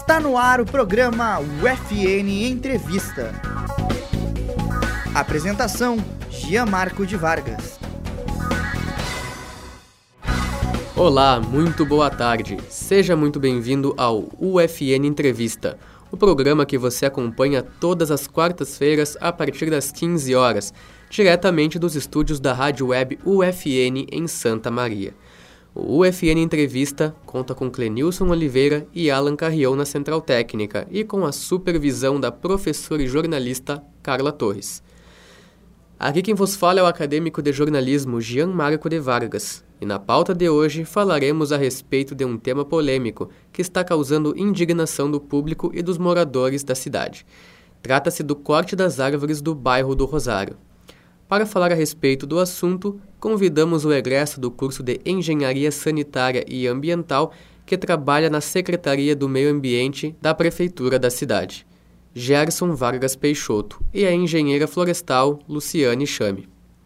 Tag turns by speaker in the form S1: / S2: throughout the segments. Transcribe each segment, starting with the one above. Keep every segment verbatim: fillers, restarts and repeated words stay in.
S1: Tá no ar o programa U F N Entrevista. Apresentação: Gianmarco de Vargas.
S2: Olá, muito boa tarde. Seja muito bem-vindo ao U F N Entrevista, o programa que você acompanha todas as quartas-feiras a partir das quinze horas, diretamente dos estúdios da Rádio Web U F N em Santa Maria. O U F N Entrevista conta com Clenilson Oliveira e Alan Carrion na Central Técnica e com a supervisão da professora e jornalista Carla Torres. Aqui quem vos fala é o acadêmico de jornalismo Gianmarco de Vargas, e na pauta de hoje falaremos a respeito de um tema polêmico que está causando indignação do público e dos moradores da cidade. Trata-se do corte das árvores do bairro do Rosário. Para falar a respeito do assunto, convidamos o egresso do curso de Engenharia Sanitária e Ambiental que trabalha na Secretaria do Meio Ambiente da Prefeitura da cidade, Gerson Vargas Peixoto, e a engenheira florestal Luciane Chame.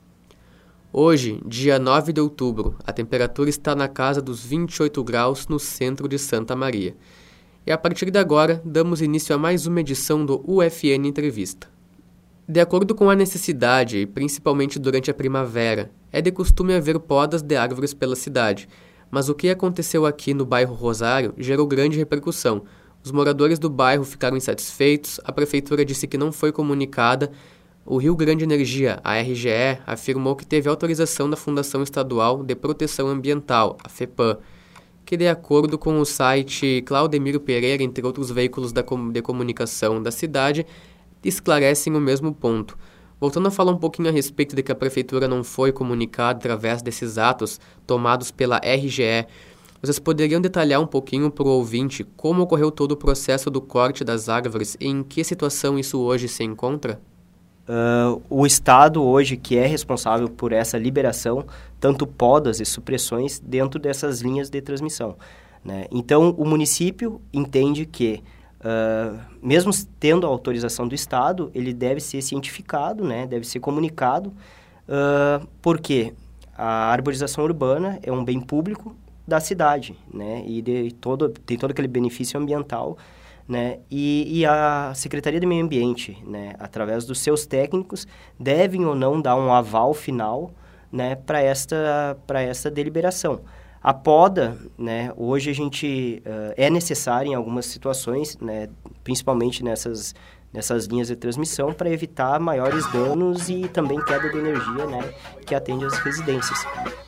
S2: Hoje, dia nove de outubro, a temperatura está na casa dos vinte e oito graus no centro de Santa Maria. E a partir de agora, damos início a mais uma edição do U F N Entrevista. De acordo com a necessidade, principalmente durante a primavera, é de costume haver podas de árvores pela cidade, mas o que aconteceu aqui no bairro Rosário gerou grande repercussão. Os moradores do bairro ficaram insatisfeitos, a prefeitura disse que não foi comunicada, o Rio Grande Energia, a R G E, afirmou que teve autorização da Fundação Estadual de Proteção Ambiental, a FEPAM, que de acordo com o site Claudemiro Pereira, entre outros veículos da com- de comunicação da cidade, esclarecem o mesmo ponto. Voltando a falar um pouquinho a respeito de que a prefeitura não foi comunicada através desses atos tomados pela R G E, vocês poderiam detalhar um pouquinho para o ouvinte como ocorreu todo o processo do corte das árvores e em que situação isso hoje se encontra?
S3: Uh, o Estado hoje que é responsável por essa liberação, tanto podas e supressões dentro dessas linhas de transmissão, né? Então, o município entende que Uh, mesmo tendo a autorização do Estado, ele deve ser cientificado, né? Deve ser comunicado, uh, porque a arborização urbana é um bem público da cidade, né? E de todo, tem todo aquele benefício ambiental, né? E, e a Secretaria do Meio Ambiente, né? Através dos seus técnicos, devem ou não dar um aval final, né? Para esta, para esta deliberação. A poda, né, hoje a gente uh, é necessária em algumas situações, né, principalmente nessas, nessas linhas de transmissão, para evitar maiores danos e também queda de energia, né, que atende às residências.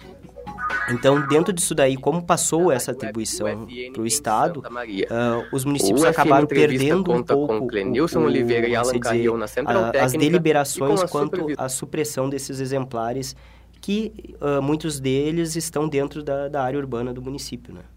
S3: Então, dentro disso daí, como passou essa atribuição para o Estado, uh, os municípios acabaram perdendo um pouco o, o,
S2: Oliveira e Alan Carrion na Central Técnica,
S3: as deliberações quanto supervis... à supressão desses exemplares, que uh, muitos deles estão dentro da, da área urbana do município, né?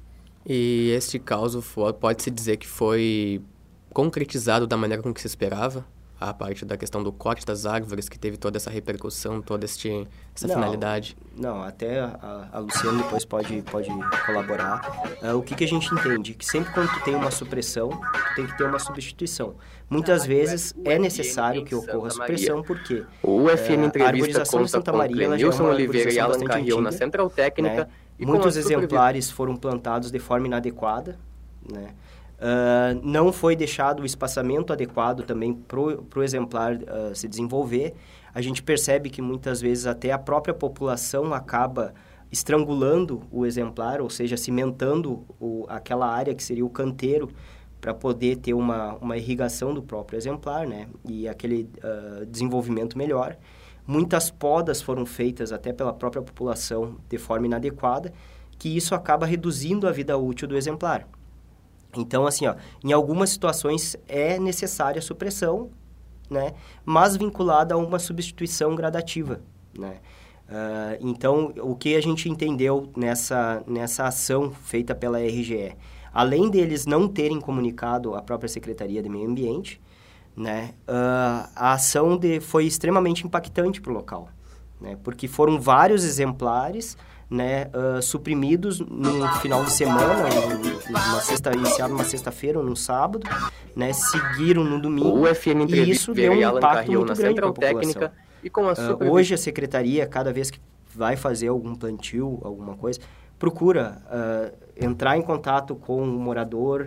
S2: E este caso pode-se dizer que foi concretizado da maneira com que se esperava? A parte da questão do corte das árvores, que teve toda essa repercussão, toda este, essa
S3: não,
S2: finalidade?
S3: Não, até a, a Luciana depois pode, pode colaborar. Uh, o que, que a gente entende? Que sempre quando tu tem uma supressão, tu tem que ter uma substituição. Muitas vezes é necessário que ocorra a supressão, porque
S2: o U F N
S3: uh,
S2: Entrevista conta com Clenilson Oliveira e Alan Carrion na Central Técnica.
S3: Né? E muitos exemplares foram plantados de forma inadequada, né? Uh, não foi deixado o espaçamento adequado também para o exemplar uh, se desenvolver. A gente percebe que muitas vezes até a própria população acaba estrangulando o exemplar, ou seja, cimentando o, aquela área que seria o canteiro para poder ter uma, uma irrigação do próprio exemplar, né? E aquele uh, desenvolvimento melhor. Muitas podas foram feitas até pela própria população de forma inadequada, que isso acaba reduzindo a vida útil do exemplar. Então, assim, ó, em algumas situações é necessária a supressão, né, mas vinculada a uma substituição gradativa, né? Uh, então, o que a gente entendeu nessa, nessa ação feita pela R G E, além deles não terem comunicado a própria Secretaria de Meio Ambiente, né, uh, a ação de, foi extremamente impactante para o local, né, porque foram vários exemplares, né, uh, suprimidos no final de semana, uma sexta, iniciaram uma sexta-feira ou num sábado, né, seguiram no domingo,
S2: o U F N
S3: e isso deu um impacto muito grande para a
S2: população. E com a
S3: uh, hoje a Secretaria, cada vez que vai fazer algum plantio, alguma coisa, procura uh, entrar em contato com o morador,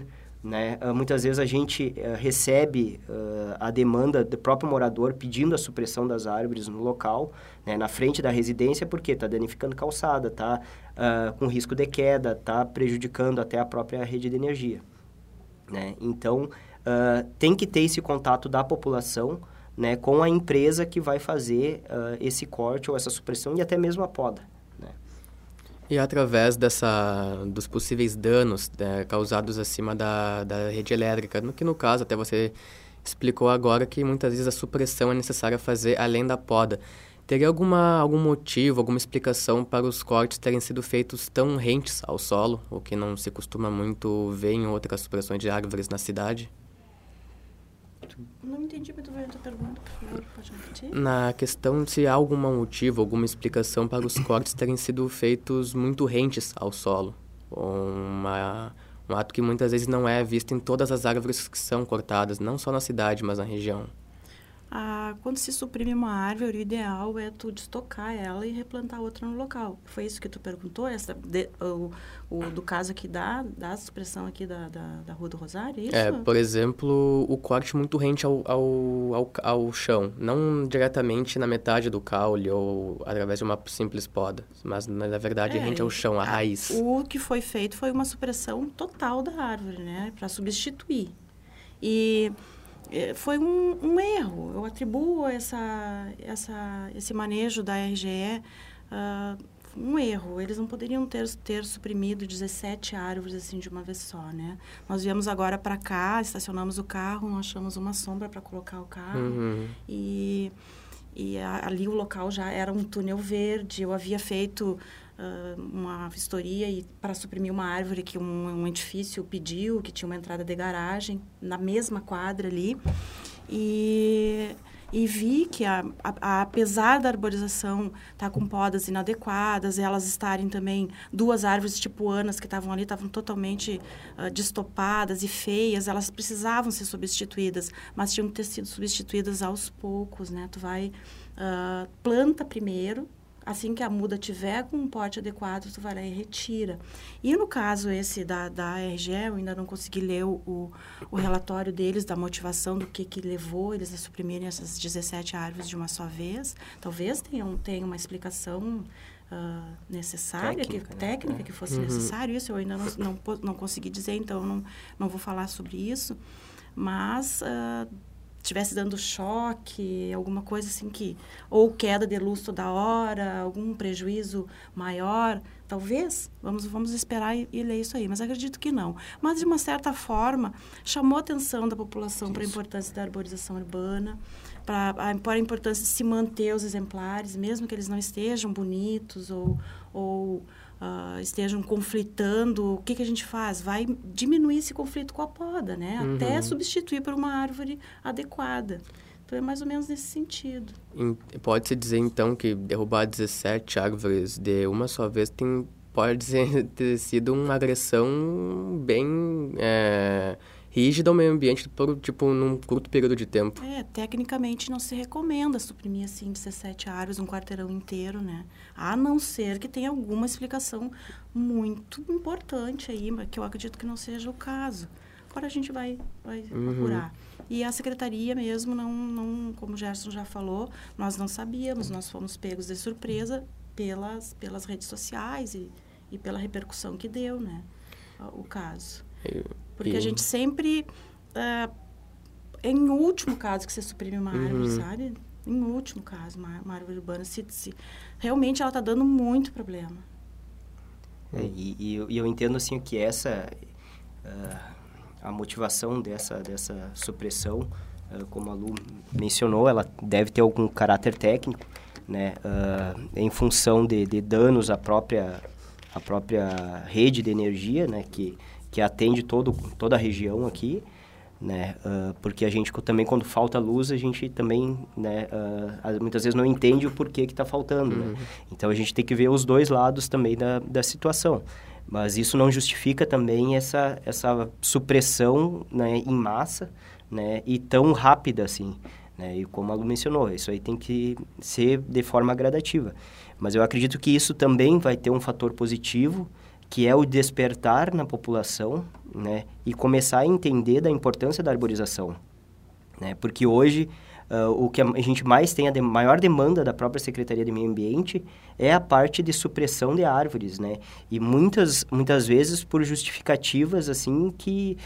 S3: né? Uh, muitas vezes a gente uh, recebe uh, a demanda do próprio morador pedindo a supressão das árvores no local, né? Na frente da residência, porque está danificando calçada, está uh, com risco de queda, está prejudicando até a própria rede de energia, né? Então, uh, tem que ter esse contato da população, né, com a empresa que vai fazer uh, esse corte ou essa supressão e até mesmo a poda.
S2: E através dessa, dos possíveis danos, né, causados acima da, da rede elétrica, no que no caso até você explicou agora que muitas vezes a supressão é necessária fazer além da poda. Teria alguma, algum motivo, alguma explicação para os cortes terem sido feitos tão rentes ao solo, o que não se costuma muito ver em outras supressões de árvores na cidade?
S4: Não entendi muito bem a tua pergunta, por favor, pode repetir?
S2: Na questão de se há algum motivo, alguma explicação para os cortes terem sido feitos muito rentes ao solo. Uma, um ato que muitas vezes não é visto em todas as árvores que são cortadas, não só na cidade, mas na região.
S4: Ah, quando se suprime uma árvore, o ideal é tu destocar ela e replantar outra no local. Foi isso que tu perguntou? Essa, de, o, o do caso aqui da, da supressão aqui da, da, da Rua do Rosário, é isso?
S2: É, por exemplo, o corte muito rente ao, ao, ao, ao chão. Não diretamente na metade do caule ou através de uma simples poda, mas na verdade
S4: é,
S2: rente ao chão, a, a raiz.
S4: O que foi feito foi uma supressão total da árvore, né? Para substituir. E... foi um, um erro. Eu atribuo essa, essa, esse manejo da R G E uh, um erro. Eles não poderiam ter, ter suprimido dezessete árvores assim de uma vez só, né? Nós viemos agora para cá, estacionamos o carro, nós achamos uma sombra para colocar o carro. Uhum. E, e a, ali o local já era um túnel verde. Eu havia feito... Uh, uma vistoria e para suprimir uma árvore que um, um edifício pediu, que tinha uma entrada de garagem na mesma quadra ali, e, e vi que a, a, apesar da arborização estar tá com podas inadequadas, elas estarem também, duas árvores tipuanas que estavam ali, estavam totalmente uh, destopadas e feias, elas precisavam ser substituídas, mas tinham que ter sido substituídas aos poucos, né? Tu vai, uh, planta primeiro, assim que a muda tiver com um porte adequado, tu vai lá e retira. E no caso esse da, da R G E, eu ainda não consegui ler o, o, o relatório deles, da motivação, do que, que levou eles a suprimirem essas dezessete árvores de uma só vez. Talvez tenham, tenha uma explicação uh, necessária, técnica, que, técnica, né? que fosse uhum. necessário. Isso eu ainda não, não, não consegui dizer, então não, não vou falar sobre isso. Mas... Uh, estivesse dando choque, alguma coisa assim que... Ou queda de luz toda hora, algum prejuízo maior, talvez. Vamos, vamos esperar e, e ler isso aí, mas acredito que não. Mas, de uma certa forma, chamou a atenção da população para a importância da arborização urbana, para a, para a importância de se manter os exemplares, mesmo que eles não estejam bonitos ou... ou Uh, estejam conflitando, o que, que a gente faz? Vai diminuir esse conflito com a poda, né? Uhum. Até substituir por uma árvore adequada. Então, é mais ou menos nesse sentido.
S2: Pode-se dizer, então, que derrubar dezessete árvores de uma só vez tem, pode ter sido uma agressão bem é, rígida ao meio ambiente, por, tipo, num curto período de tempo.
S4: É, tecnicamente não se recomenda suprimir, assim, dezessete árvores, um quarteirão inteiro, né? A não ser que tenha alguma explicação muito importante aí, mas que eu acredito que não seja o caso. Agora a gente vai, vai uhum. procurar. E a secretaria mesmo, não, não, como o Gerson já falou, nós não sabíamos, nós fomos pegos de surpresa pelas, pelas redes sociais e, e pela repercussão que deu, né? O caso. Porque e... a gente sempre... Uh, em último caso que você suprime uma árvore, uhum. sabe? Em último caso, uma, uma árvore urbana, se, se, realmente ela está dando muito problema.
S3: É, e, e, eu, e eu entendo, assim, que essa... Uh, a motivação dessa, dessa supressão, uh, como a Lu mencionou, ela deve ter algum caráter técnico, né? Uh, em função de, de danos à própria, à própria rede de energia, né? Que, que atende todo, toda a região aqui. Né? Uh, porque a gente também, quando falta luz, a gente também, né, uh, muitas vezes não entende o porquê que está faltando, uhum. né? Então, a gente tem que ver os dois lados também da, da situação. Mas isso não justifica também essa, essa supressão, né, em massa, né, e tão rápida assim. Né? E como a Lu mencionou, isso aí tem que ser de forma gradativa. Mas eu acredito que isso também vai ter um fator positivo, que é o despertar na população, né? E começar a entender da importância da arborização, né? Porque hoje, uh, o que a gente mais tem, a de maior demanda da própria Secretaria de Meio Ambiente é a parte de supressão de árvores, né? E muitas, muitas vezes por justificativas, assim, que,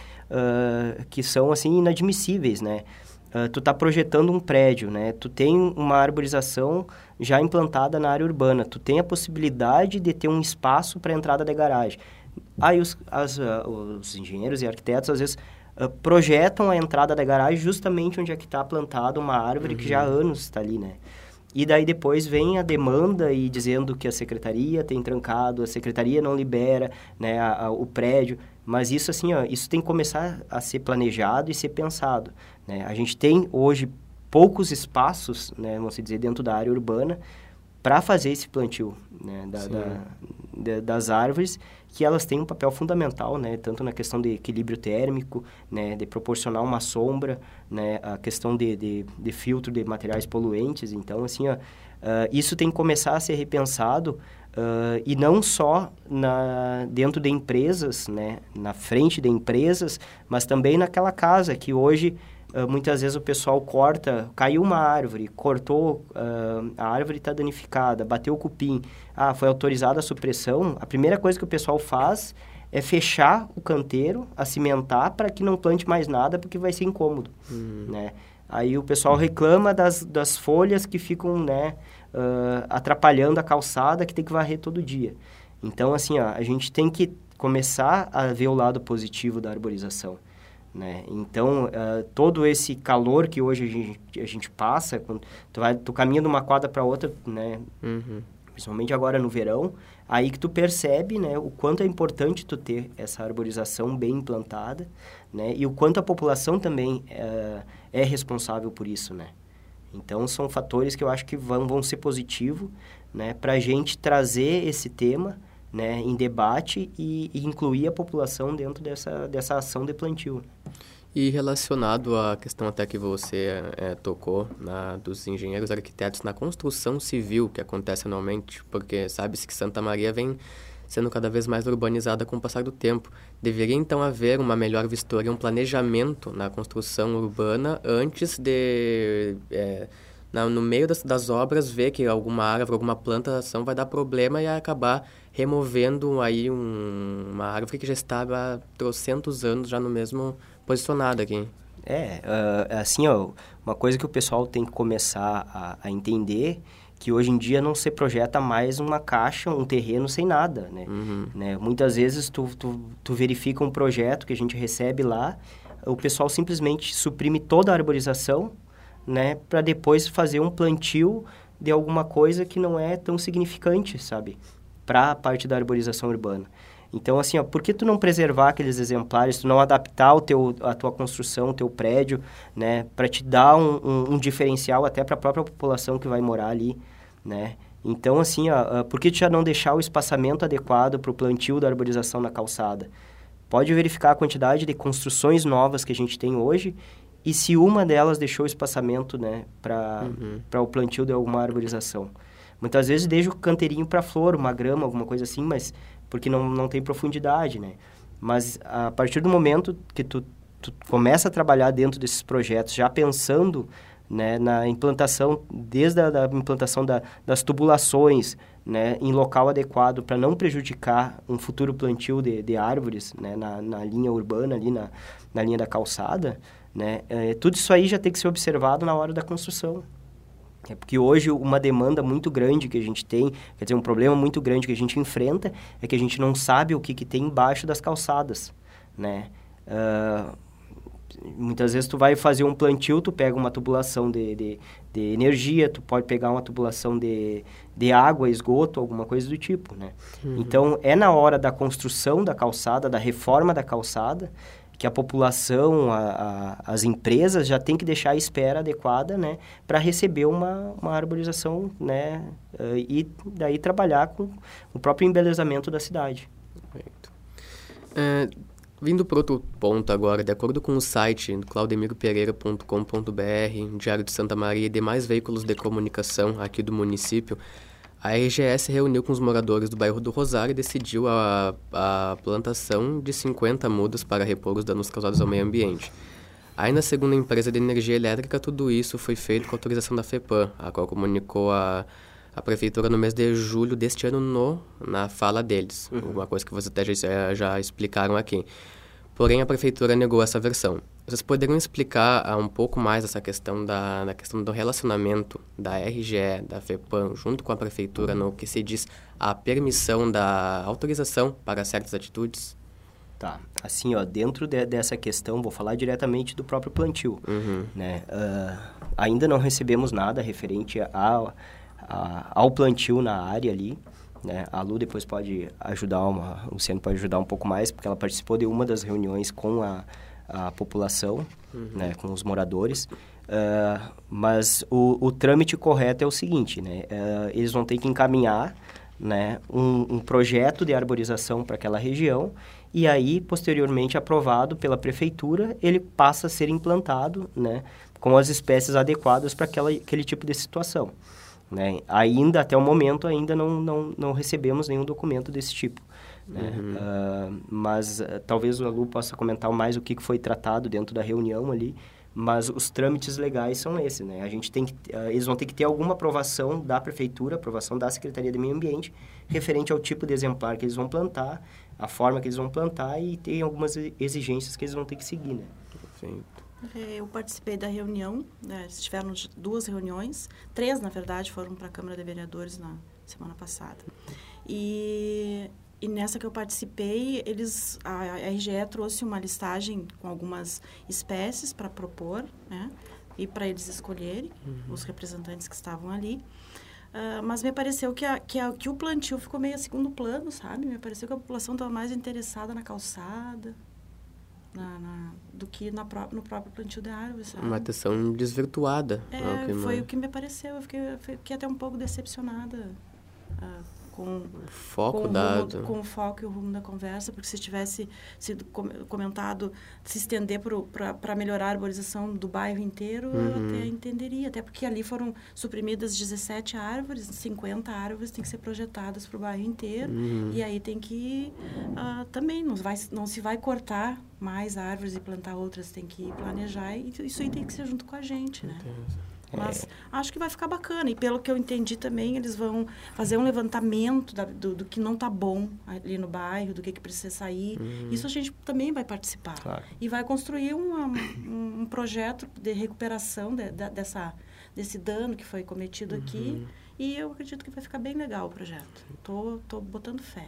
S3: uh, que são, assim, inadmissíveis, né? Uh, tu tá projetando um prédio, né? Tu tem uma arborização já implantada na área urbana. Tu tem a possibilidade de ter um espaço para entrada de garagem. Aí os, as, uh, os engenheiros e arquitetos, às vezes, uh, projetam a entrada da garagem justamente onde é que está plantada uma árvore uhum. que já há anos está ali, né? E daí depois vem a demanda e dizendo que a secretaria tem trancado, a secretaria não libera, né, a, a, o prédio. Mas isso, assim, ó, isso tem que começar a ser planejado e ser pensado, né? A gente tem hoje poucos espaços, né, vamos dizer, dentro da área urbana para fazer esse plantio, né, da, da, da, das árvores, que elas têm um papel fundamental, né, tanto na questão de equilíbrio térmico, né, de proporcionar uma sombra, né, a questão de, de, de filtro de materiais poluentes. Então, assim, ó, uh, isso tem que começar a ser repensado. Uh, e não só na, dentro de empresas, né, na frente de empresas, mas também naquela casa que hoje, uh, muitas vezes o pessoal corta, caiu uma árvore, cortou, uh, a árvore está danificada, bateu o cupim, ah, foi autorizada a supressão, a primeira coisa que o pessoal faz é fechar o canteiro, acimentar para que não plante mais nada, porque vai ser incômodo, uhum. né? Aí o pessoal reclama das, das folhas que ficam, né, uh, atrapalhando a calçada, que tem que varrer todo dia. Então, assim, ó, a gente tem que começar a ver o lado positivo da arborização, né? Então, uh, todo esse calor que hoje a gente, a gente passa, quando tu, vai, tu caminha de uma quadra para outra, né, uhum. principalmente agora no verão, aí que tu percebe, né, o quanto é importante tu ter essa arborização bem implantada, né, e o quanto a população também uh, é responsável por isso, né. Então, são fatores que eu acho que vão, vão ser positivos, né, para a gente trazer esse tema, né, em debate e, e incluir a população dentro dessa, dessa ação de plantio.
S2: E relacionado à questão até que você é, tocou, na, dos engenheiros arquitetos na construção civil que acontece anualmente, porque sabe-se que Santa Maria vem sendo cada vez mais urbanizada com o passar do tempo. Deveria, então, haver uma melhor vistoria, um planejamento na construção urbana antes de, é, na, no meio das, das obras, ver que alguma árvore, alguma plantação vai dar problema e acabar removendo aí um, uma árvore que já estava há trocentos anos já no mesmo posicionado aqui.
S3: É, uh, assim, ó, uma coisa que o pessoal tem que começar a, a entender, que hoje em dia não se projeta mais uma caixa, um terreno sem nada, né? Uhum. né? Muitas vezes tu, tu, tu verifica um projeto que a gente recebe lá, o pessoal simplesmente suprime toda a arborização, né, para depois fazer um plantio de alguma coisa que não é tão significante, sabe, para a parte da arborização urbana. Então, assim, ó, por que tu não preservar aqueles exemplares, tu não adaptar o teu, a tua construção, o teu prédio, né, para te dar um, um, um diferencial até para a própria população que vai morar ali, né? Então, assim, ó, por que tu já não deixar o espaçamento adequado para o plantio da arborização na calçada? Pode verificar a quantidade de construções novas que a gente tem hoje e se uma delas deixou o espaçamento, né, para uhum. para o plantio de alguma arborização. Muitas vezes deixa o canteirinho para flor, uma grama, alguma coisa assim, mas porque não, não tem profundidade, né? Mas a partir do momento que tu, tu começa a trabalhar dentro desses projetos, já pensando, né, na implantação, desde a da implantação da, das tubulações, né, em local adequado para não prejudicar um futuro plantio de, de árvores, né, na, na linha urbana, ali na, na linha da calçada, né, é, tudo isso aí já tem que ser observado na hora da construção. É porque hoje uma demanda muito grande que a gente tem, quer dizer, um problema muito grande que a gente enfrenta é que a gente não sabe o que, que tem embaixo das calçadas, né? Uh, muitas vezes tu vai fazer um plantio, tu pega uma tubulação de, de, de energia, tu pode pegar uma tubulação de, de água, esgoto, alguma coisa do tipo, né? Uhum. Então, é na hora da construção da calçada, da reforma da calçada, que a população, a, a, as empresas já tem que deixar a espera adequada, né, para receber uma, uma arborização, né, uh, e daí trabalhar com o próprio embelezamento da cidade.
S2: Perfeito. É, vindo para outro ponto agora, de acordo com o site claudemiro pereira ponto com ponto b r, Diário de Santa Maria e demais veículos de comunicação aqui do município, A R G E se reuniu com os moradores do bairro do Rosário e decidiu a, a plantação de cinquenta mudas para repor os danos causados ao meio ambiente. Ainda segundo a empresa de energia elétrica, tudo isso foi feito com autorização da FEPAM, a qual comunicou a, a prefeitura no mês de julho deste ano no, na fala deles. Uhum. Uma coisa que vocês até já, já explicaram aqui. Porém, a prefeitura negou essa versão. Vocês poderiam explicar uh, um pouco mais essa questão da, da questão do relacionamento da R G E, da FEPAM, junto com a prefeitura, no que se diz a permissão da autorização para certas atitudes?
S3: Tá, assim, ó, dentro de, dessa questão, vou falar diretamente do próprio plantio, uhum. né? Uh, ainda não recebemos nada referente a, a, ao plantio na área ali, né? A Lu depois pode ajudar, uma, o Luciano pode ajudar um pouco mais, porque ela participou de uma das reuniões com a, a população, uhum. né? Com os moradores, uh, mas o, o trâmite correto é o seguinte, né? Uh, eles vão ter que encaminhar, né? um, um projeto de arborização para aquela região. E aí, posteriormente, aprovado pela prefeitura, ele passa a ser implantado, né, com as espécies adequadas para aquele tipo de situação. Né? Ainda, até o momento, ainda não, não, não recebemos nenhum documento desse tipo. Né? Uhum. Uh, mas uh, talvez o Lu possa comentar mais o que foi tratado dentro da reunião ali, mas os trâmites legais são esses, né? A gente tem que, uh, eles vão ter que ter alguma aprovação da prefeitura, aprovação da Secretaria de Meio Ambiente, referente ao tipo de exemplar que eles vão plantar, a forma que eles vão plantar e tem algumas exigências que eles vão ter que seguir, né?
S2: Perfeito.
S4: Eu participei da reunião, né? Tiveram duas reuniões, três, na verdade, foram para a Câmara de Vereadores na semana passada. E, e nessa que eu participei, eles, a, a R G E trouxe uma listagem com algumas espécies para propor, né? E para eles escolherem, uhum. os representantes que estavam ali. Uh, mas me pareceu que, a, que, a, que o plantio ficou meio a segundo plano, sabe? Me pareceu que a população estava mais interessada na calçada na, na, do que na pró- no próprio plantio de árvores, sabe?
S2: Uma atenção desvirtuada.
S4: É, foi o que me pareceu. Eu fiquei, fiquei até um pouco decepcionada uh, com,
S2: foco
S4: com, o
S2: dado.
S4: rumo, com o foco e o rumo da conversa, porque se tivesse sido comentado se estender para melhorar a arborização do bairro inteiro, uhum. eu até entenderia. Até porque ali foram suprimidas dezessete árvores, cinquenta árvores têm que ser projetadas para o bairro inteiro. Uhum. E aí tem que... Uh, também não, vai, não se vai cortar mais árvores e plantar outras, tem que planejar. E isso aí tem que ser junto com a gente, né? Entendi. Mas é. acho que vai ficar bacana. E pelo que eu entendi também, eles vão fazer um levantamento da, do, do que não está bom ali no bairro, do que, que precisa sair. Uhum. Isso a gente também vai participar. Claro. E vai construir uma, um, um projeto de recuperação de, de, dessa, desse dano que foi cometido uhum. aqui. E eu acredito que vai ficar bem legal o projeto. Tô, tô botando fé.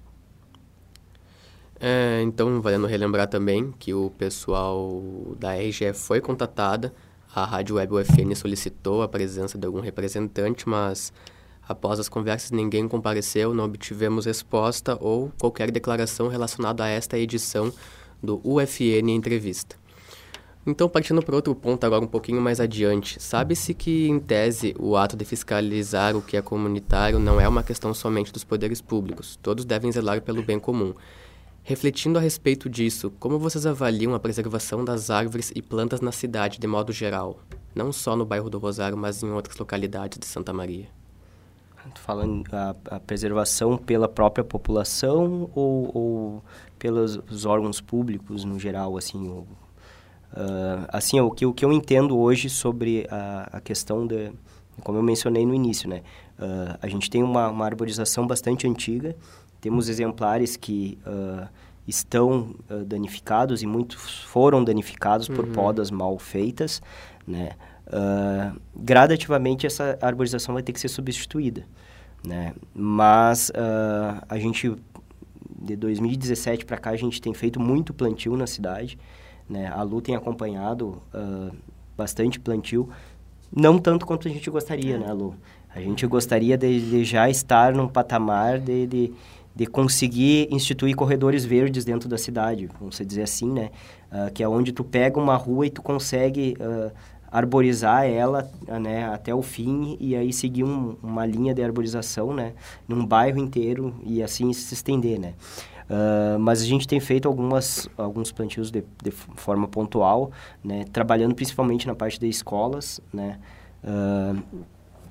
S2: É, então, valendo relembrar também que o pessoal da R G E foi contatada. A Rádio Web U F N solicitou a presença de algum representante, mas após as conversas ninguém compareceu, não obtivemos resposta ou qualquer declaração relacionada a esta edição do U F N Entrevista. Então, partindo para outro ponto agora um pouquinho mais adiante, sabe-se que, em tese, o ato de fiscalizar o que é comunitário não é uma questão somente dos poderes públicos. Todos devem zelar pelo bem comum. Refletindo a respeito disso, como vocês avaliam a preservação das árvores e plantas na cidade de modo geral? Não só no bairro do Rosário, mas em outras localidades de Santa Maria.
S3: Falando a, a preservação pela própria população ou, ou pelos os órgãos públicos no geral, assim, o, uh, assim o, que, o que eu entendo hoje sobre a, a questão de, como eu mencionei no início, né? Uh, a gente tem uma, uma arborização bastante antiga. Temos exemplares que uh, estão uh, danificados e muitos foram danificados uhum. por podas mal feitas, né? Uh, gradativamente essa arborização vai ter que ser substituída, né? Mas uh, a gente, de dois mil e dezessete para cá, a gente tem feito muito plantio na cidade, né? A Lu tem acompanhado uh, bastante plantio, não tanto quanto a gente gostaria, né, Lu? A gente gostaria de, de já estar num patamar de... de de conseguir instituir corredores verdes dentro da cidade, vamos dizer assim, né? Uh, que é onde tu pega uma rua e tu consegue uh, arborizar ela, uh, né, até o fim e aí seguir um, uma linha de arborização, né, num bairro inteiro e assim se estender, né? Uh, mas a gente tem feito algumas, alguns plantios de, de forma pontual, né, trabalhando principalmente na parte de escolas, né? Uh,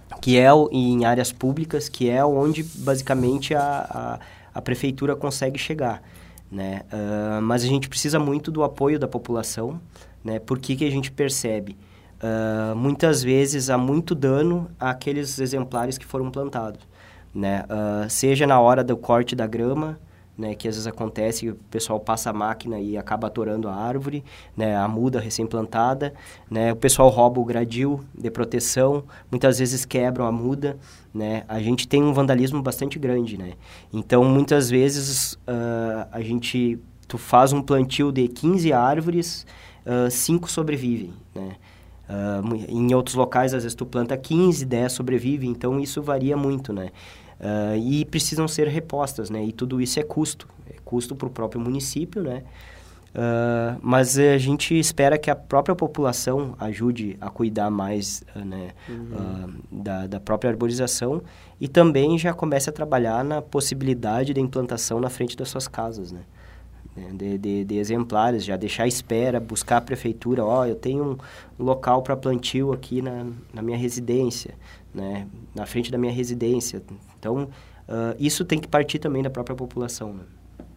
S3: que é em áreas públicas, que é onde basicamente a, a, a prefeitura consegue chegar, né? Uh, mas a gente precisa muito do apoio da população, né? Por que que a gente percebe? Uh, muitas vezes há muito dano àqueles exemplares que foram plantados, né? Uh, seja na hora do corte da grama, né, que às vezes acontece, o pessoal passa a máquina e acaba atorando a árvore, né, a muda recém-plantada, né, o pessoal rouba o gradil de proteção, muitas vezes quebram a muda, né, a gente tem um vandalismo bastante grande, né, então muitas vezes uh, a gente, tu faz um plantio de quinze árvores, uh, cinco sobrevivem, né, uh, em outros locais às vezes tu planta quinze, dez sobrevivem, então isso varia muito, né. Uh, e precisam ser repostas, né? E tudo isso é custo, é custo para o próprio município, né? Uh, mas a gente espera que a própria população ajude a cuidar mais, uh, né? Uhum. uh, da, da própria arborização e também já comece a trabalhar na possibilidade da implantação na frente das suas casas, né? De, de, de exemplares, já deixar à espera, buscar a prefeitura, ó, oh, eu tenho um, um local para plantio aqui na, na minha residência, né, na frente da minha residência. Então, uh, isso tem que partir também da própria população, né?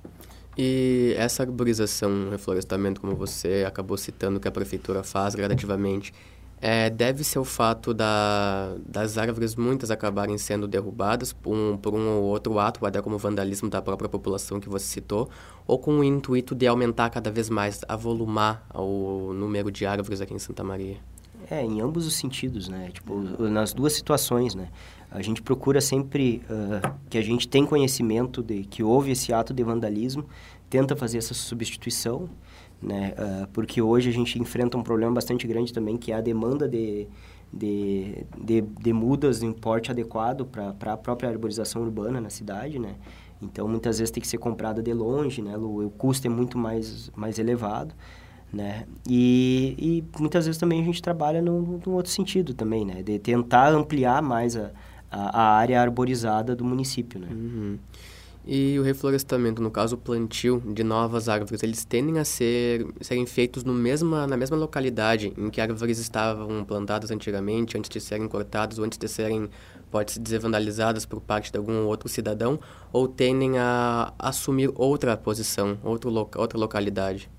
S2: E essa arborização, reflorestamento, como você acabou citando que a prefeitura faz gradativamente, é, deve ser o fato da, das árvores muitas acabarem sendo derrubadas por um, por um ou outro ato, até como vandalismo da própria população que você citou, ou com o intuito de aumentar cada vez mais, avolumar o número de árvores aqui em Santa Maria?
S3: É, em ambos os sentidos, né? Tipo, nas duas situações, né? A gente procura sempre uh, que a gente tem conhecimento de que houve esse ato de vandalismo, tenta fazer essa substituição, né? Uh, porque hoje a gente enfrenta um problema bastante grande também, que é a demanda de, de, de, de mudas em porte adequado para a própria arborização urbana na cidade, né? Então, muitas vezes tem que ser comprada de longe, né? O, o custo é muito mais, mais elevado, né? E, e muitas vezes também a gente trabalha num, num outro sentido também, né? De tentar ampliar mais a, a, a área arborizada do município, né?
S2: Uhum. E o reflorestamento, no caso o plantio de novas árvores, eles tendem a ser, serem feitos no mesma, na mesma localidade em que árvores estavam plantadas antigamente, antes de serem cortadas ou antes de serem, pode-se dizer, vandalizadas por parte de algum outro cidadão, ou tendem a assumir outra posição, outro loca, outra localidade?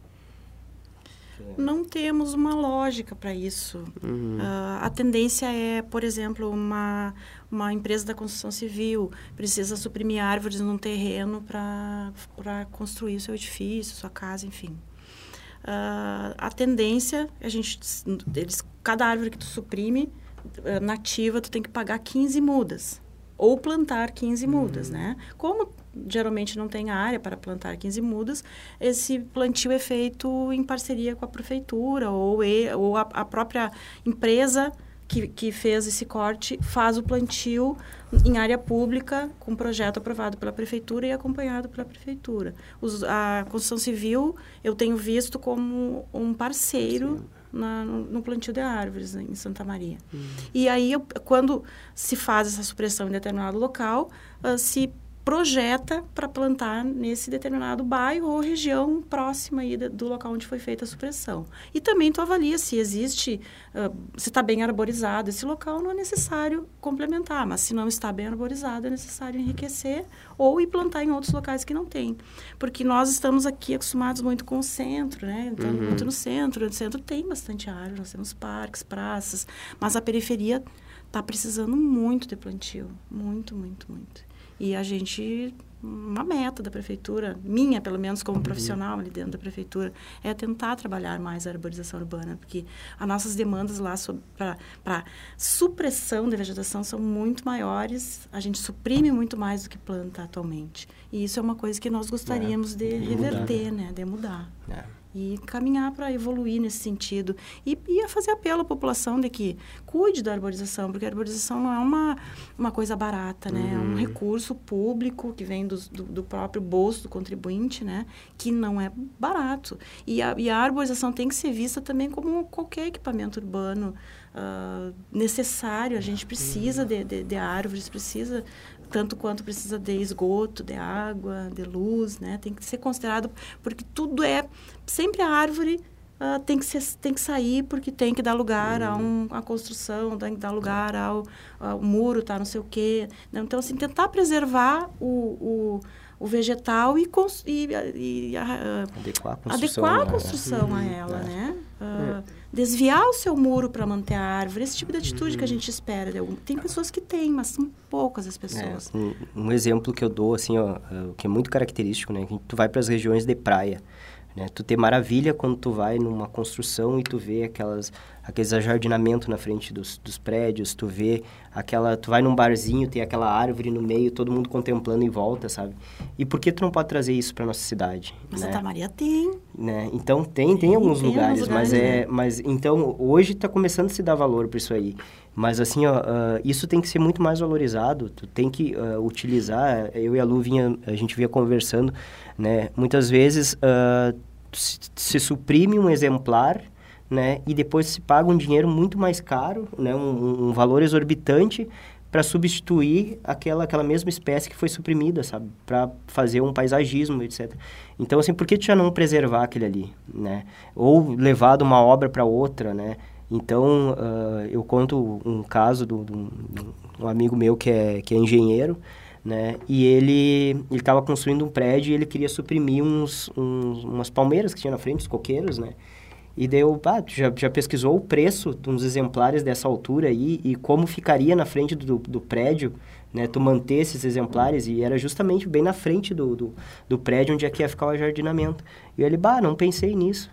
S4: Não temos uma lógica para isso. Uhum. Uh, a tendência é, por exemplo, uma, uma empresa da construção civil precisa suprimir árvores num terreno para construir seu edifício, sua casa, enfim. Uh, a tendência, a gente, eles, cada árvore que tu suprime, uh, nativa, tu tem que pagar quinze mudas. Ou plantar quinze uhum. mudas, né? Como geralmente não tem área para plantar quinze mudas, esse plantio é feito em parceria com a prefeitura ou, e, ou a, a própria empresa que, que fez esse corte faz o plantio em área pública com projeto aprovado pela prefeitura e acompanhado pela prefeitura. Os, a construção civil eu tenho visto como um parceiro na, no, no plantio de árvores, né, em Santa Maria. Hum. E aí, eu, quando se faz essa supressão em determinado local, uh, se projeta para plantar nesse determinado bairro ou região próxima aí do local onde foi feita a supressão. E também tu avalia se existe, uh, se está bem arborizado esse local, não é necessário complementar, mas se não está bem arborizado, é necessário enriquecer ou ir plantar em outros locais que não tem. Porque nós estamos aqui acostumados muito com o centro, né? Então, uhum. muito no centro. No centro tem bastante árvore, nós temos parques, praças, mas a periferia está precisando muito de plantio. Muito, muito, muito. E a gente, uma meta da prefeitura, minha pelo menos como profissional ali dentro da prefeitura, é tentar trabalhar mais a arborização urbana, porque as nossas demandas lá para supressão da vegetação são muito maiores, a gente suprime muito mais do que planta atualmente. E isso é uma coisa que nós gostaríamos é, de reverter, mudar. né, de mudar. É. E caminhar para evoluir nesse sentido. E, e a fazer apelo à população de que cuide da arborização, porque a arborização não é uma, uma coisa barata, né? Uhum. É um recurso público que vem do, do, do próprio bolso do contribuinte, né? Que não é barato. E a, e a arborização tem que ser vista também como qualquer equipamento urbano uh, necessário. A gente precisa de, de, de árvores, precisa... tanto quanto precisa de esgoto, de água, de luz, né? Tem que ser considerado, porque tudo é... Sempre a árvore uh, tem, que ser, tem que sair porque tem que dar lugar a um, a construção, tem que dar lugar ao, ao muro, tá, não sei o quê. Então, assim, tentar preservar o, o, o vegetal e, e, e uh,
S3: adequar a construção,
S4: adequar a, construção né? a ela, é. né? Uh, é. Desviar o seu muro para manter a árvore, esse tipo de atitude uhum. que a gente espera. Tem pessoas que têm, mas são poucas as pessoas.
S3: É, um, um exemplo que eu dou, assim, ó, que é muito característico, né? Que tu vai para as regiões de praia, né? Tu tem maravilha quando tu vai numa construção e tu vê aquelas, aqueles ajardinamentos na frente dos, dos prédios, tu vê aquela... Tu vai num barzinho, tem aquela árvore no meio, todo mundo contemplando em volta, sabe? E por que tu não pode trazer isso para nossa cidade?
S4: Mas
S3: né?
S4: Santa Maria tem.
S3: Né? Então, tem, tem, tem alguns tem lugares, lugares, mas é... Né? Mas, então, hoje está começando a se dar valor para isso aí. Mas, assim, ó, uh, isso tem que ser muito mais valorizado. Tu tem que uh, utilizar... Eu e a Lu, vinha, a gente vinha conversando, né? Muitas vezes, uh, se, se suprime um exemplar... Né? E depois se paga um dinheiro muito mais caro, né? um, um valor exorbitante para substituir aquela, aquela mesma espécie que foi suprimida, sabe? Para fazer um paisagismo, etcétera. Então, assim, por que tu já não preservar aquele ali, né? Ou levar de uma obra para outra, né? Então, uh, eu conto um caso de um amigo meu que é, que é engenheiro, né? E ele estava construindo um prédio e ele queria suprimir uns, uns, umas palmeiras que tinha na frente, os coqueiros, né? E daí eu, ah, tu já, já pesquisou o preço de uns exemplares dessa altura aí e como ficaria na frente do, do prédio, né? Tu manter esses exemplares, e era justamente bem na frente do, do, do prédio onde é que ia ficar o ajardinamento. E ele, bah, não pensei nisso.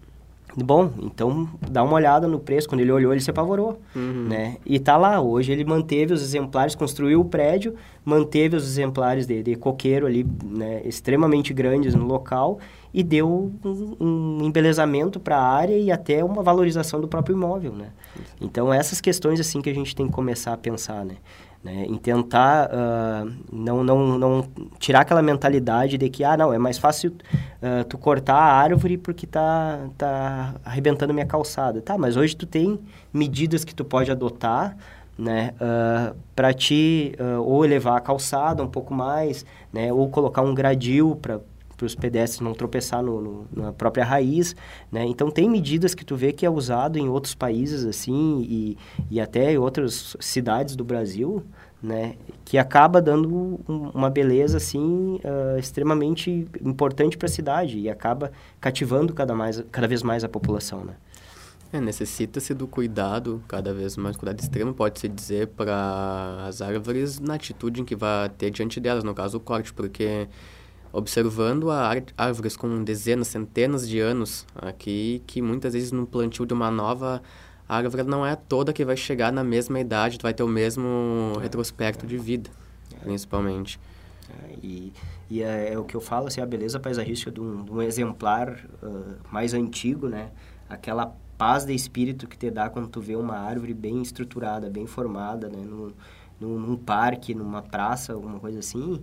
S3: Bom, então dá uma olhada no preço. Quando ele olhou, ele se apavorou, uhum. né? E tá lá, hoje ele manteve os exemplares, construiu o prédio, manteve os exemplares de, de coqueiro ali, né, extremamente grandes no local, e deu um, um embelezamento para a área e até uma valorização do próprio imóvel, né? Então, essas questões, assim, que a gente tem que começar a pensar, né? Né? Em tentar uh, não, não, não tirar aquela mentalidade de que, ah, não, é mais fácil uh, tu cortar a árvore porque tá, tá arrebentando minha calçada. Tá, mas hoje tu tem medidas que tu pode adotar, né, uh, para te uh, ou elevar a calçada um pouco mais, né, ou colocar um gradil para para os pedestres não tropeçar no, no, na própria raiz, né? Então, tem medidas que tu vê que é usado em outros países, assim, e, e até em outras cidades do Brasil, né? Que acaba dando um, uma beleza, assim, uh, extremamente importante para a cidade e acaba cativando cada, mais, cada vez mais a população, né?
S2: É, necessita-se do cuidado, cada vez mais cuidado extremo, pode-se dizer, para as árvores na atitude em que vai ter diante delas, no caso o corte, porque... observando a árvores com dezenas, centenas de anos aqui, que muitas vezes no plantio de uma nova árvore não é toda que vai chegar na mesma idade, vai ter o mesmo é. retrospecto de vida, é. principalmente.
S3: É, e e é, é o que eu falo, assim, a beleza paisagística de um, de um exemplar uh, mais antigo, né? Aquela paz de espírito que te dá quando tu vê uma árvore bem estruturada, bem formada, né? Num, num, num parque, numa praça, alguma coisa assim...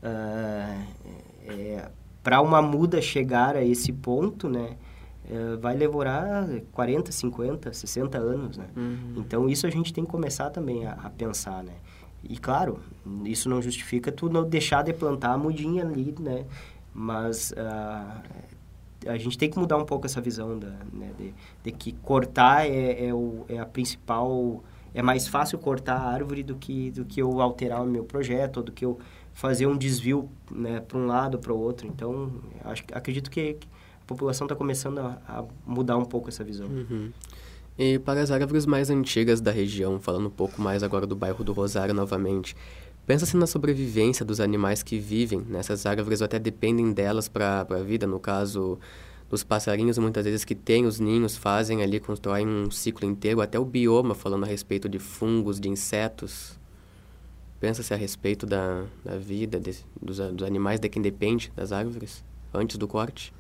S3: Uh, é, para uma muda chegar a esse ponto, né, é, vai levar quarenta, cinquenta, sessenta anos, né? Uhum. Então, isso a gente tem que começar também a, a pensar, né? E, claro, isso não justifica tu não deixar de plantar a mudinha ali, né? Mas uh, a gente tem que mudar um pouco essa visão da, né, de, de que cortar é, é, o, é a principal... É mais fácil cortar a árvore do que, do que eu alterar o meu projeto, ou do que eu fazer um desvio, né, para um lado ou para o outro. Então, acho, acredito que a população está começando a, a mudar um pouco essa visão.
S2: Uhum. E para as árvores mais antigas da região, falando um pouco mais agora do bairro do Rosário novamente, pensa-se na sobrevivência dos animais que vivem nessas árvores ou até dependem delas para a vida, no caso... dos passarinhos, muitas vezes, que têm os ninhos, fazem ali, constroem um ciclo inteiro, até o bioma, falando a respeito de fungos, de insetos. Pensa-se a respeito da, da vida de, dos, dos animais, de quem depende das árvores, antes do corte?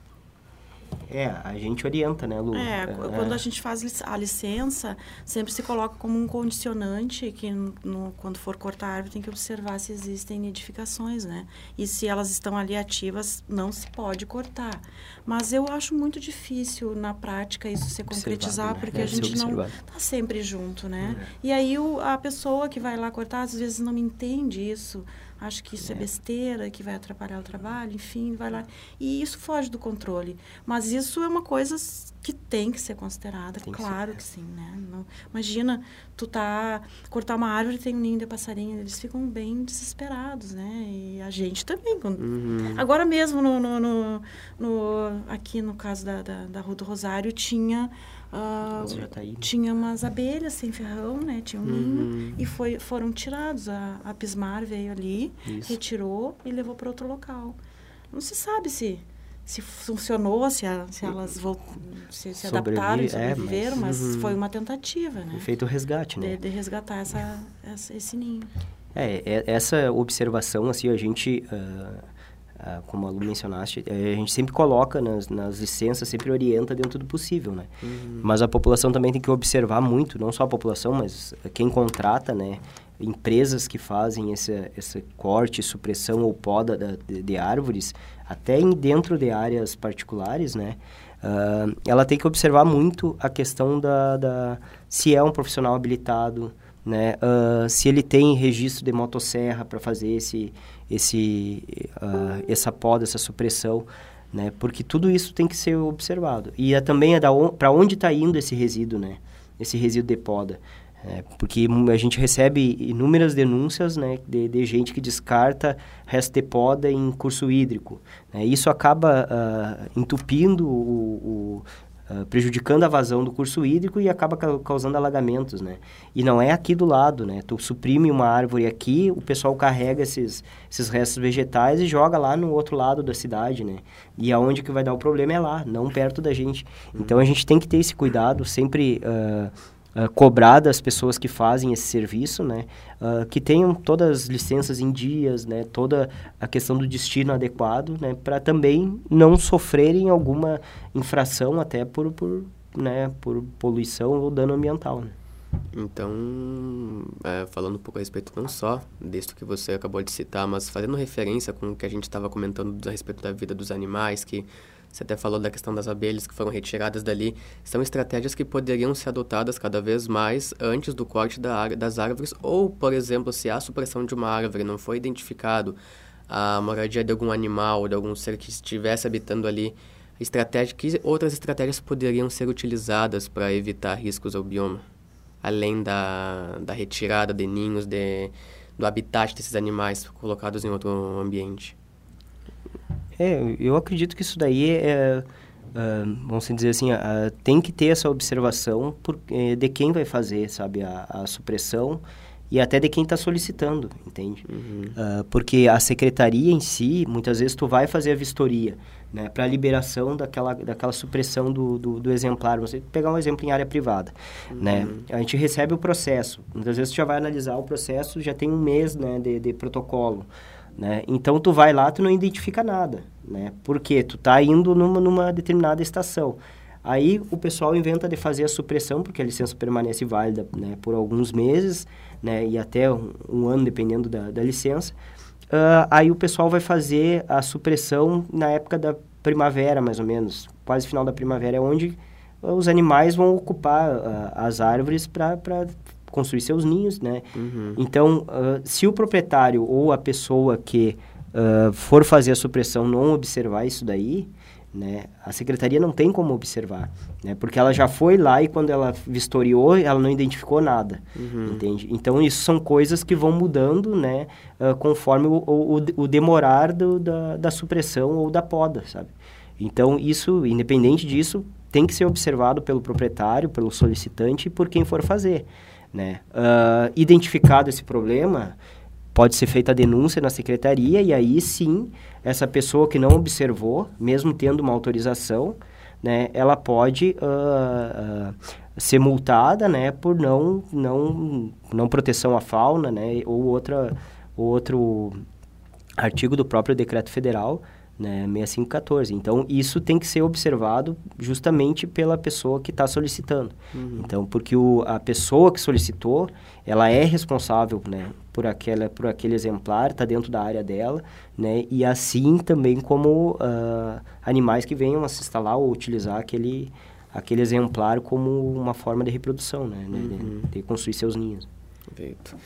S3: É, a gente orienta, né, Lu?
S4: É, é, quando a gente faz a licença, sempre se coloca como um condicionante que no, no, quando for cortar a árvore tem que observar se existem nidificações, né? E se elas estão ali ativas, não se pode cortar. Mas eu acho muito difícil, na prática, isso se concretizar, né? Porque Deve a gente não está sempre junto, né? É. E aí o, a pessoa que vai lá cortar, às vezes não entende isso, acha que isso é. é besteira, que vai atrapalhar o trabalho, enfim, vai lá. E isso foge do controle. Mas isso é uma coisa que tem que ser considerada, tem claro que, ser, que sim, né? Não, imagina, tu tá... Cortar uma árvore e tem um ninho de passarinho, eles ficam bem desesperados, né? E a gente também. Quando... Uhum. Agora mesmo, no, no, no, no, aqui no caso da, da, da Rua do Rosário, tinha... Uh, tá aí, né? Tinha umas abelhas sem ferrão, né? Tinha um uhum. ninho e foi, foram tirados. A, a Pismar veio ali, Isso. retirou e levou para outro local. Não se sabe se, se funcionou, se, a, se elas vol- se, se adaptaram e sobreviveram, é, mas, mas uhum. foi uma tentativa, né?
S3: Feito o resgate, né?
S4: De, de resgatar essa, essa, esse ninho.
S3: É, é, essa observação, assim, a gente... Uh, Uh, como a Lu mencionaste, a gente sempre coloca nas, nas licenças, sempre orienta dentro do possível, né? Uhum. Mas a população também tem que observar muito, não só a população, mas quem contrata, né? Empresas que fazem esse, esse corte, supressão ou poda da, de, de árvores, até em, dentro de áreas particulares, né? Uh, ela tem que observar muito a questão da, da se é um profissional habilitado, né? Uh, se ele tem registro de motosserra para fazer esse, esse, uh, essa poda, essa supressão, né? Porque tudo isso tem que ser observado. E é, também é on, para onde está indo esse resíduo, né? Esse resíduo de poda. É, porque a gente recebe inúmeras denúncias, né, de, de gente que descarta resto de poda em curso hídrico. Né? Isso acaba uh, entupindo o... o Uh, prejudicando a vazão do curso hídrico e acaba ca- causando alagamentos, né? E não é aqui do lado, né? Tu suprime uma árvore aqui, o pessoal carrega esses, esses restos vegetais e joga lá no outro lado da cidade, né? E aonde que vai dar o problema é lá, não perto da gente. Uhum. Então, a gente tem que ter esse cuidado, sempre... Uh, Uh, cobrar das pessoas que fazem esse serviço, né, uh, que tenham todas as licenças em dias, né, toda a questão do destino adequado, né, para também não sofrerem alguma infração até por, por, né, por poluição ou dano ambiental. Né.
S2: Então, é, falando um pouco a respeito não só disso que você acabou de citar, mas fazendo referência com o que a gente estava comentando a respeito da vida dos animais, que você até falou da questão das abelhas que foram retiradas dali, são estratégias que poderiam ser adotadas cada vez mais antes do corte da, das árvores, ou, por exemplo, se há supressão de uma árvore, não foi identificado a moradia de algum animal, de algum ser que estivesse habitando ali, estratégia, que outras estratégias poderiam ser utilizadas para evitar riscos ao bioma, além da, da retirada de ninhos, de, do habitat desses animais colocados em outro ambiente?
S3: É, eu acredito que isso daí é, uh, vamos dizer assim, uh, tem que ter essa observação por, eh, de quem vai fazer, sabe, a, a supressão e até de quem está solicitando, entende? Uhum. Uh, porque a secretaria em si, muitas vezes tu vai fazer a vistoria, né, para a liberação daquela, daquela supressão do, do, do exemplar. Você pegar um exemplo em área privada, uhum. né? A gente recebe o processo, muitas vezes tu já vai analisar o processo, já tem um mês, né, de, de protocolo. Né? Então, tu vai lá, tu não identifica nada, né? Porque tu tá indo numa, numa determinada estação. Aí, o pessoal inventa de fazer a supressão, porque a licença permanece válida, né, por alguns meses, né, e até um, um ano, dependendo da, da licença. Uh, aí, o pessoal vai fazer a supressão na época da primavera, mais ou menos. Quase final da primavera, é onde os animais vão ocupar uh, as árvores para... construir seus ninhos, né? Uhum. Então, uh, se o proprietário ou a pessoa que uh, for fazer a supressão não observar isso daí, né? A secretaria não tem como observar, né? Porque ela já foi lá e quando ela vistoriou, ela não identificou nada, uhum. entende? Então, isso são coisas que vão mudando, né? Uh, conforme o, o, o demorar do, da, da supressão ou da poda, sabe? Então, isso, independente disso, tem que ser observado pelo proprietário, pelo solicitante e por quem for fazer. Né? Uh, identificado esse problema, pode ser feita a denúncia na secretaria e aí sim, essa pessoa que não observou, mesmo tendo uma autorização, né, ela pode uh, uh, ser multada, né, por não, não, não proteção à fauna, né, ou outra, outro artigo do próprio decreto federal, né, sessenta e cinco quatorze. Então, isso tem que ser observado justamente pela pessoa que está solicitando. Uhum. Então, porque o, a pessoa que solicitou, ela é responsável, né, por, aquela, por aquele exemplar, está dentro da área dela, né, e assim também como uh, animais que venham a se instalar ou utilizar aquele, aquele exemplar como uma forma de reprodução, né, uhum. né de, de construir seus ninhos.
S2: Perfeito.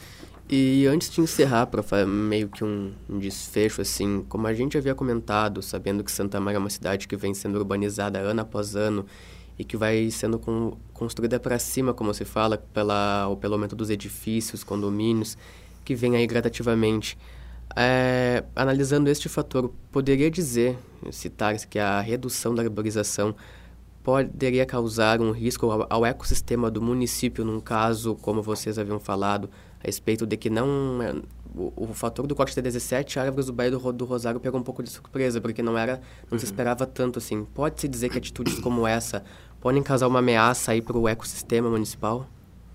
S2: E antes de encerrar, para meio que um, um desfecho, assim, como a gente havia comentado, sabendo que Santa Maria é uma cidade que vem sendo urbanizada ano após ano e que vai sendo com, construída para cima, como se fala, pela, ou pelo aumento dos edifícios, condomínios, que vem aí gradativamente. É, analisando este fator, poderia dizer, citar-se que a redução da arborização poderia causar um risco ao, ao ecossistema do município, num caso, como vocês haviam falado, a respeito de que não... O, o fator do corte de dezessete árvores do Baía do, do Rosário pegou um pouco de surpresa, porque não era, não se esperava tanto assim. Pode-se dizer que atitudes como essa podem causar uma ameaça aí para o ecossistema municipal?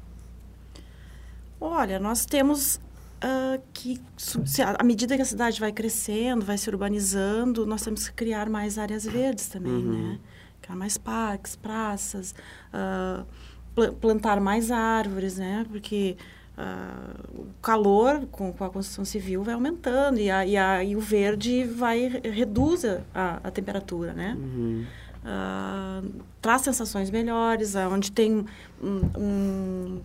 S4: Olha, nós temos uh, que, se, à medida que a cidade vai crescendo, vai se urbanizando, nós temos que criar mais áreas verdes também, uhum. né? Criar mais parques, praças, uh, pl- plantar mais árvores, né? Porque... Uh, o calor com, com a construção civil vai aumentando e, a, e, a, e o verde vai reduz a, a temperatura, né? Uhum. Uh, traz sensações melhores, onde tem um, um,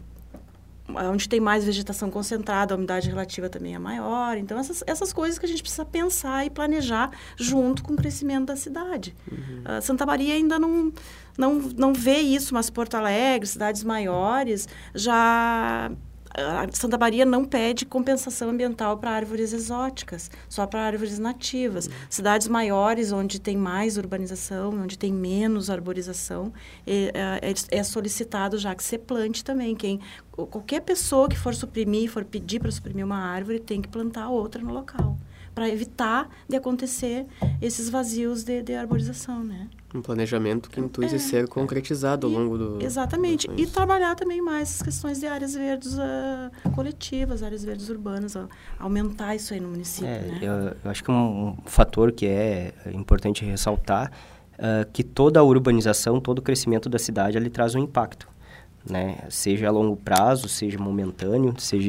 S4: onde tem mais vegetação concentrada, a umidade relativa também é maior. Então, essas, essas coisas que a gente precisa pensar e planejar junto com o crescimento da cidade. Uhum. Uh, Santa Maria ainda não, não, não vê isso, mas Porto Alegre, cidades maiores, já... A Santa Maria não pede compensação ambiental para árvores exóticas, só para árvores nativas. Uhum. Cidades maiores, onde tem mais urbanização, onde tem menos arborização, é, é, é solicitado já que se plante também. Quem, qualquer pessoa que for suprimir, for pedir para suprimir uma árvore, tem que plantar outra no local, para evitar de acontecer esses vazios de, de arborização, né?
S2: Um planejamento que intui é, ser concretizado
S4: e,
S2: ao longo do...
S4: Exatamente. Do e trabalhar também mais as questões de áreas verdes uh, coletivas, áreas verdes urbanas, uh, aumentar isso aí no município,
S3: é,
S4: né?
S3: Eu, eu acho que um, um fator que é importante ressaltar uh, que toda a urbanização, todo o crescimento da cidade, ele traz um impacto, né? Seja a longo prazo, seja momentâneo, seja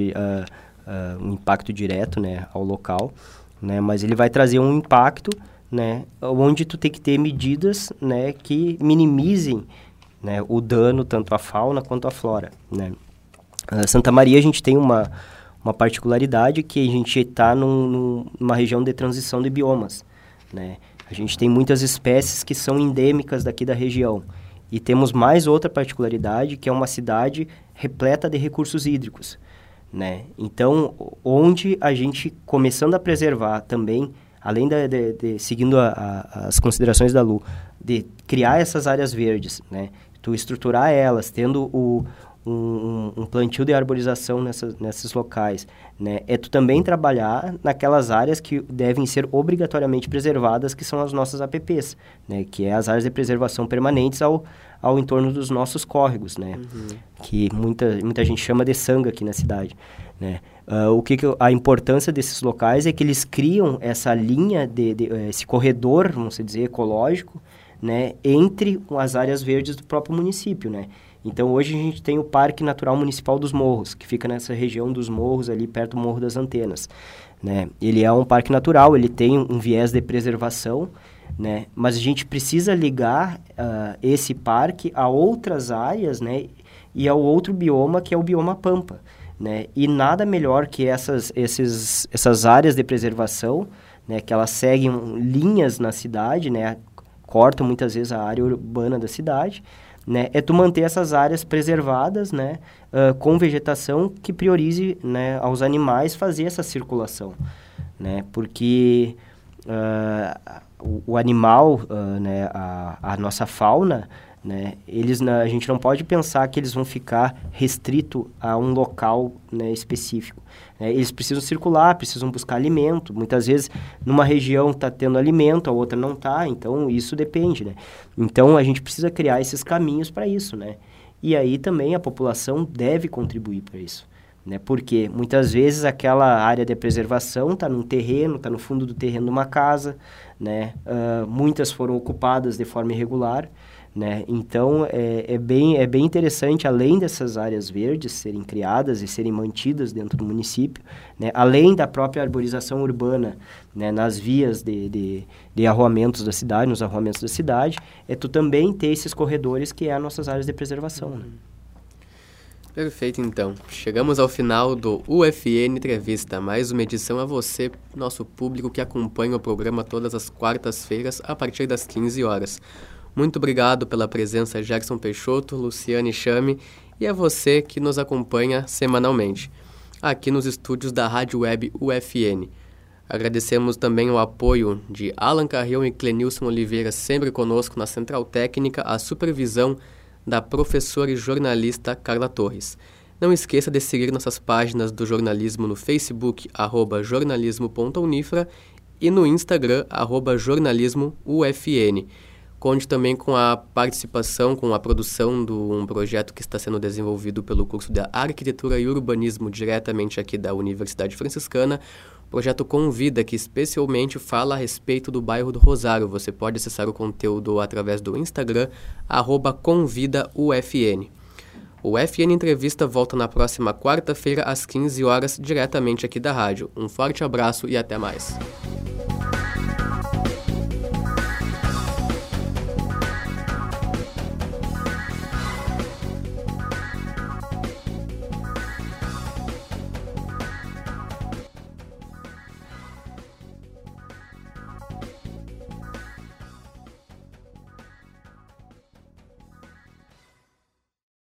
S3: uh, uh, um impacto direto, né, ao local, né? Mas ele vai trazer um impacto, né, onde tu tem que ter medidas, né, que minimizem, né, o dano tanto à fauna quanto à flora, né. Uh, Santa Maria, a gente tem uma, uma particularidade que a gente está num, num, numa região de transição de biomas, né. A gente tem muitas espécies que são endêmicas daqui da região. E temos mais outra particularidade, que é uma cidade repleta de recursos hídricos, né. Então, onde a gente, começando a preservar também, além de, de, de seguindo a, a, as considerações da Lu, de criar essas áreas verdes, né? Tu estruturar elas, tendo o, um, um plantio de arborização nessas, nesses locais, né? É tu também trabalhar naquelas áreas que devem ser obrigatoriamente preservadas, que são as nossas A P Ps, né? Que é as áreas de preservação permanentes ao, ao entorno dos nossos córregos, né? Uhum. Que muita, muita gente chama de sanga aqui na cidade, né? Uh, o que, que a importância desses locais é que eles criam essa linha, de, de, esse corredor, vamos dizer, ecológico, né, entre as áreas verdes do próprio município, né? Então, hoje a gente tem o Parque Natural Municipal dos Morros, que fica nessa região dos morros, ali perto do Morro das Antenas, né? Ele é um parque natural, ele tem um viés de preservação, né? Mas a gente precisa ligar uh, esse parque a outras áreas, né? E ao outro bioma, que é o bioma Pampa, né? E nada melhor que essas, esses, essas áreas de preservação, né? Que elas seguem linhas na cidade, né? Cortam muitas vezes a área urbana da cidade, né? É tu manter essas áreas preservadas, né? Uh, com vegetação que priorize, né, aos animais fazer essa circulação, né? Porque uh, o, o animal, uh, né? a, a nossa fauna, né, eles, a gente não pode pensar que eles vão ficar restrito a um local, né, específico. Né? Eles precisam circular, precisam buscar alimento. Muitas vezes, numa região está tendo alimento, a outra não está, então isso depende, né? Então, a gente precisa criar esses caminhos para isso, né? E aí também a população deve contribuir para isso, né? Porque muitas vezes aquela área de preservação está num terreno, está no fundo do terreno de uma casa, né? Uh, muitas foram ocupadas de forma irregular, né? Então, é, é, bem, é bem interessante, além dessas áreas verdes serem criadas e serem mantidas dentro do município, né? Além da própria arborização urbana, né? Nas vias de, de, de arruamentos da cidade, nos arruamentos da cidade, é tu também ter esses corredores que é as nossas áreas de preservação, né?
S2: Perfeito, então. Chegamos ao final do U F N Entrevista, mais uma edição a você, nosso público que acompanha o programa todas as quartas-feiras a partir das quinze horas. Muito obrigado pela presença, Gerson Peixoto, Luciane Chame, e a você que nos acompanha semanalmente, aqui nos estúdios da Rádio Web U F N. Agradecemos também o apoio de Alan Carrião e Clenilson Oliveira, sempre conosco na Central Técnica, a supervisão da professora e jornalista Carla Torres. Não esqueça de seguir nossas páginas do jornalismo no Facebook, arroba jornalismo ponto unifra, e no Instagram, arroba jornalismo U F N. Conte também com a participação, com a produção de um projeto que está sendo desenvolvido pelo curso de Arquitetura e Urbanismo, diretamente aqui da Universidade Franciscana, o projeto Convida, que especialmente fala a respeito do bairro do Rosário. Você pode acessar o conteúdo através do Instagram, arroba convida U F N. O U F N Entrevista volta na próxima quarta-feira, às quinze horas, diretamente aqui da rádio. Um forte abraço e até mais.